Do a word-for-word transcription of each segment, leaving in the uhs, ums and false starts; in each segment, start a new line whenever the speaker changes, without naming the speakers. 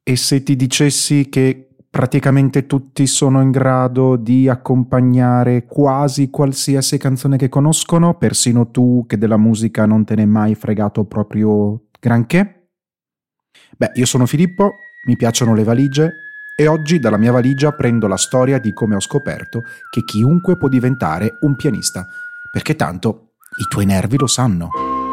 E se ti dicessi che praticamente tutti sono in grado di accompagnare quasi qualsiasi canzone che conoscono, persino tu che della musica non te ne hai mai fregato proprio granché? Beh, io sono Filippo, mi piacciono le valigie e oggi dalla mia valigia prendo la storia di come ho scoperto che chiunque può diventare un pianista, perché tanto i tuoi nervi lo sanno.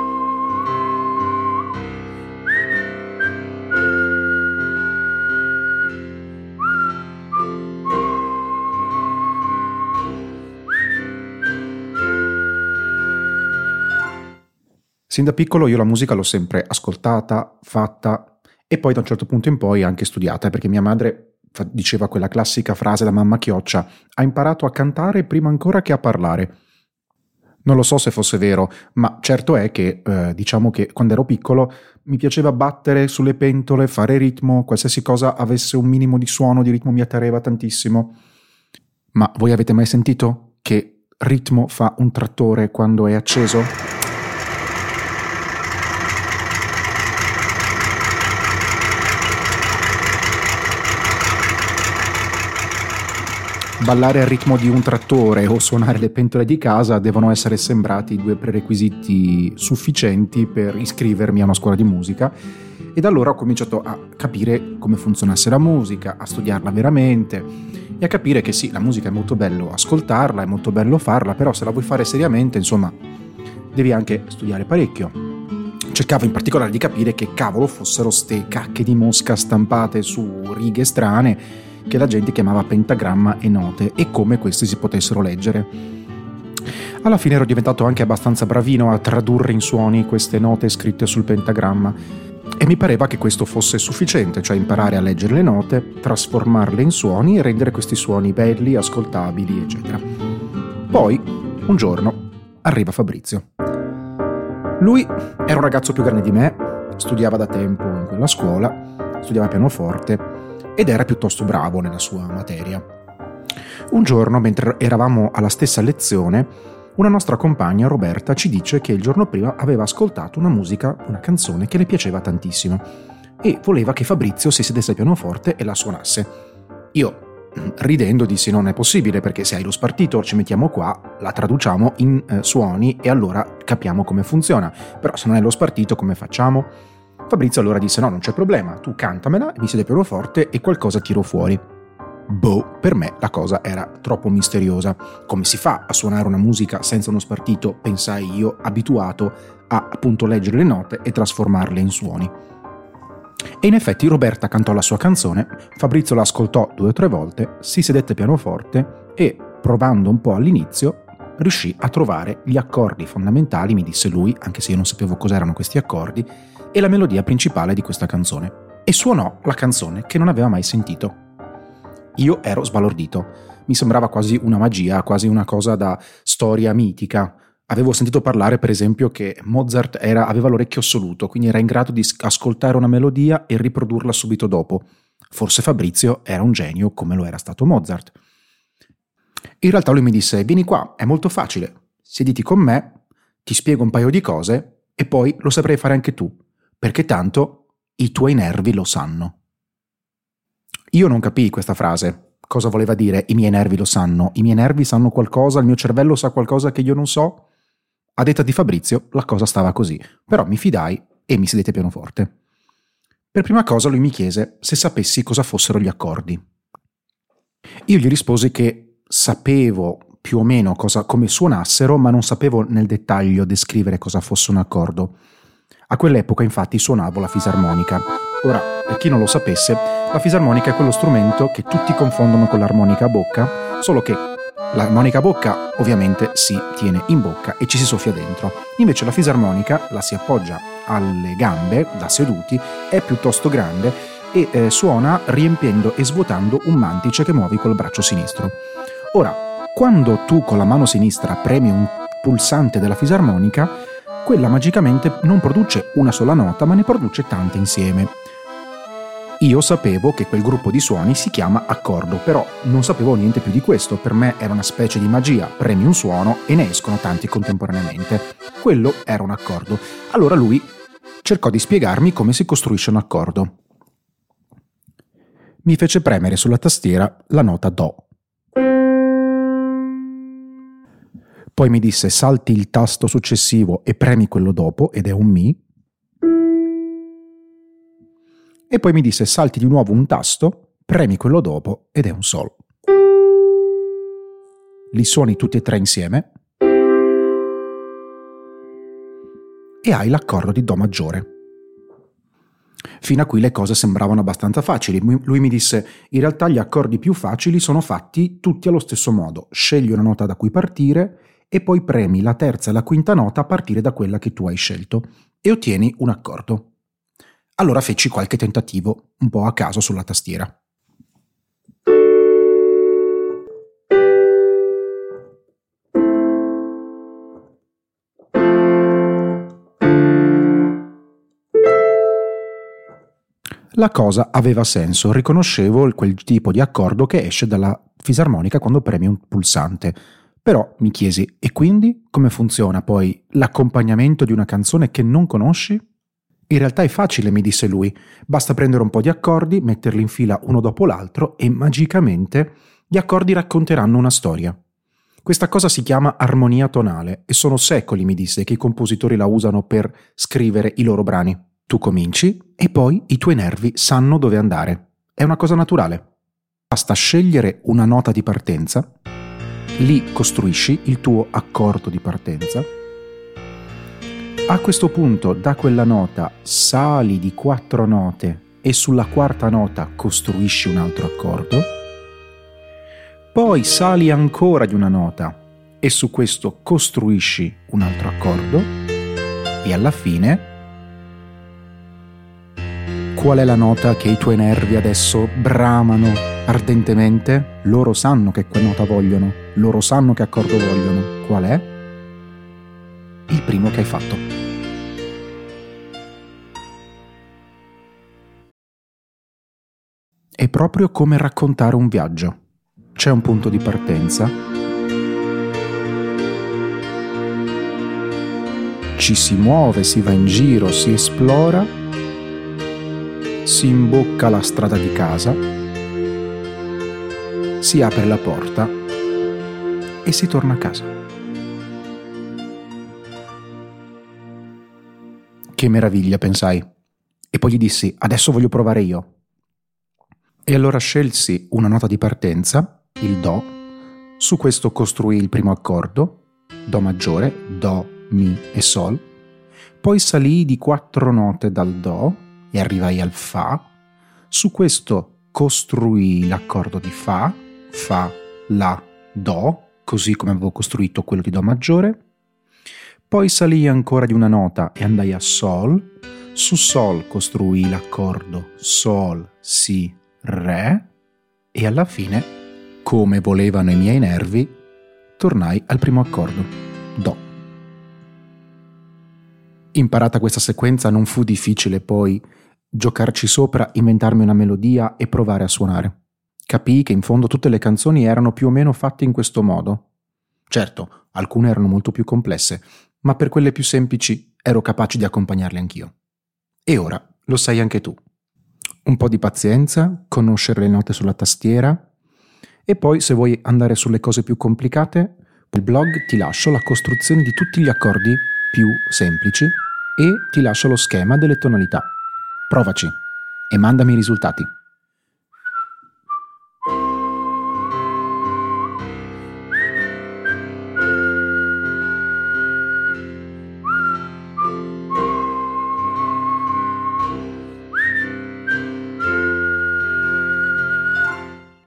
Sin da piccolo io la musica l'ho sempre ascoltata, fatta e poi da un certo punto in poi anche studiata, perché mia madre diceva quella classica frase da mamma chioccia: ha imparato a cantare prima ancora che a parlare. Non lo so se fosse vero, ma certo è che eh, diciamo che quando ero piccolo mi piaceva battere sulle pentole, fare ritmo, qualsiasi cosa avesse un minimo di suono, di ritmo mi attraeva tantissimo. Ma voi avete mai sentito che ritmo fa un trattore quando è acceso? Ballare al ritmo di un trattore o suonare le pentole di casa devono essere sembrati due prerequisiti sufficienti per iscrivermi a una scuola di musica, e da allora ho cominciato a capire come funzionasse la musica, a studiarla veramente e a capire che sì, la musica è molto bello ascoltarla, è molto bello farla, però se la vuoi fare seriamente, insomma, devi anche studiare parecchio. Cercavo in particolare di capire che cavolo fossero ste cacche di mosca stampate su righe strane che la gente chiamava pentagramma e note, e come questi si potessero leggere. Alla fine ero diventato anche abbastanza bravino a tradurre in suoni queste note scritte sul pentagramma e mi pareva che questo fosse sufficiente, cioè imparare a leggere le note, trasformarle in suoni e rendere questi suoni belli, ascoltabili, eccetera. Poi, un giorno, arriva Fabrizio. Lui era un ragazzo più grande di me, studiava da tempo in quella scuola, studiava pianoforte ed era piuttosto bravo nella sua materia. Un giorno, mentre eravamo alla stessa lezione, una nostra compagna, Roberta, ci dice che il giorno prima aveva ascoltato una musica, una canzone che le piaceva tantissimo e voleva che Fabrizio si sedesse al pianoforte e la suonasse. Io, ridendo, dissi: non è possibile, perché se hai lo spartito ci mettiamo qua, la traduciamo in eh, suoni e allora capiamo come funziona, però se non hai lo spartito come facciamo? Fabrizio allora disse: no, non c'è problema, tu cantamela, mi siedo al pianoforte e qualcosa tiro fuori. Boh, per me la cosa era troppo misteriosa. Come si fa a suonare una musica senza uno spartito, pensai io, abituato a appunto leggere le note e trasformarle in suoni. E in effetti Roberta cantò la sua canzone, Fabrizio la ascoltò due o tre volte, si sedette al pianoforte e, provando un po' all'inizio, riuscì a trovare gli accordi fondamentali, mi disse lui, anche se io non sapevo cos'erano questi accordi, e la melodia principale di questa canzone, e suonò la canzone che non aveva mai sentito. Io ero sbalordito, mi sembrava quasi una magia, quasi una cosa da storia mitica. Avevo sentito parlare, per esempio, che Mozart era, aveva l'orecchio assoluto, quindi era in grado di ascoltare una melodia e riprodurla subito dopo. Forse Fabrizio era un genio come lo era stato Mozart. In realtà lui mi disse: vieni qua, è molto facile, siediti con me, ti spiego un paio di cose e poi lo saprai fare anche tu, perché tanto i tuoi nervi lo sanno. Io non capii questa frase. Cosa voleva dire i miei nervi lo sanno? I miei nervi sanno qualcosa, il mio cervello sa qualcosa che io non so? A detta di Fabrizio la cosa stava così, però mi fidai e mi sedette pianoforte. Per prima cosa lui mi chiese se sapessi cosa fossero gli accordi. Io gli risposi che sapevo più o meno cosa, come suonassero, ma non sapevo nel dettaglio descrivere cosa fosse un accordo. A quell'epoca infatti suonavo la fisarmonica. Ora, per chi non lo sapesse, la fisarmonica è quello strumento che tutti confondono con l'armonica a bocca, solo che l'armonica a bocca ovviamente si tiene in bocca e ci si soffia dentro. Invece la fisarmonica la si appoggia alle gambe da seduti, è piuttosto grande e eh, suona riempiendo e svuotando un mantice che muovi col braccio sinistro. Ora, quando tu con la mano sinistra premi un pulsante della fisarmonica, quella magicamente non produce una sola nota, ma ne produce tante insieme. Io sapevo che quel gruppo di suoni si chiama accordo, però non sapevo niente più di questo. Per me era una specie di magia: premi un suono e ne escono tanti contemporaneamente. Quello era un accordo. Allora lui cercò di spiegarmi come si costruisce un accordo. Mi fece premere sulla tastiera la nota Do. Poi mi disse salti il tasto successivo e premi quello dopo, ed è un Mi. E poi mi disse salti di nuovo un tasto, premi quello dopo, ed è un Sol. Li suoni tutti e tre insieme e hai l'accordo di Do maggiore. Fino a qui le cose sembravano abbastanza facili. Lui mi disse in realtà gli accordi più facili sono fatti tutti allo stesso modo. Scegli una nota da cui partire e poi premi la terza e la quinta nota a partire da quella che tu hai scelto e ottieni un accordo. Allora feci qualche tentativo un po' a caso sulla tastiera. La cosa aveva senso, riconoscevo quel tipo di accordo che esce dalla fisarmonica quando premi un pulsante. Però mi chiesi, e quindi come funziona poi l'accompagnamento di una canzone che non conosci? In realtà è facile, mi disse lui, basta prendere un po' di accordi, metterli in fila uno dopo l'altro e magicamente gli accordi racconteranno una storia. Questa cosa si chiama armonia tonale e sono secoli, mi disse, che i compositori la usano per scrivere i loro brani. Tu cominci e poi i tuoi nervi sanno dove andare. È una cosa naturale. Basta scegliere una nota di partenza, lì costruisci il tuo accordo di partenza. A questo punto da quella nota sali di quattro note e sulla quarta nota costruisci un altro accordo. Poi sali ancora di una nota e su questo costruisci un altro accordo e alla fine qual è la nota che i tuoi nervi adesso bramano ardentemente? Loro sanno che nota vogliono, loro sanno che accordo vogliono. Qual è? Il primo che hai fatto. È proprio come raccontare un viaggio. C'è un punto di partenza, ci si muove, si va in giro, si esplora, si imbocca la strada di casa, si apre la porta e si torna a casa. Che meraviglia, pensai. E poi gli dissi, adesso voglio provare io. E allora scelsi una nota di partenza, il Do, su questo costruì il primo accordo, Do maggiore, Do, Mi e Sol, poi salii di quattro note dal Do e arrivai al Fa, su questo costruì l'accordo di Fa, Fa, La, Do, così come avevo costruito quello di Do maggiore, poi salii ancora di una nota e andai a Sol, su Sol costruì l'accordo Sol, Si, Re e alla fine, come volevano i miei nervi, tornai al primo accordo, Do. Imparata questa sequenza non fu difficile poi giocarci sopra, inventarmi una melodia e provare a suonare. Capii che in fondo tutte le canzoni erano più o meno fatte in questo modo. Certo, alcune erano molto più complesse, ma per quelle più semplici ero capace di accompagnarle anch'io. E ora lo sai anche tu. Un po' di pazienza, conoscere le note sulla tastiera e poi, se vuoi andare sulle cose più complicate, nel blog ti lascio la costruzione di tutti gli accordi più semplici e ti lascio lo schema delle tonalità. Provaci e mandami i risultati.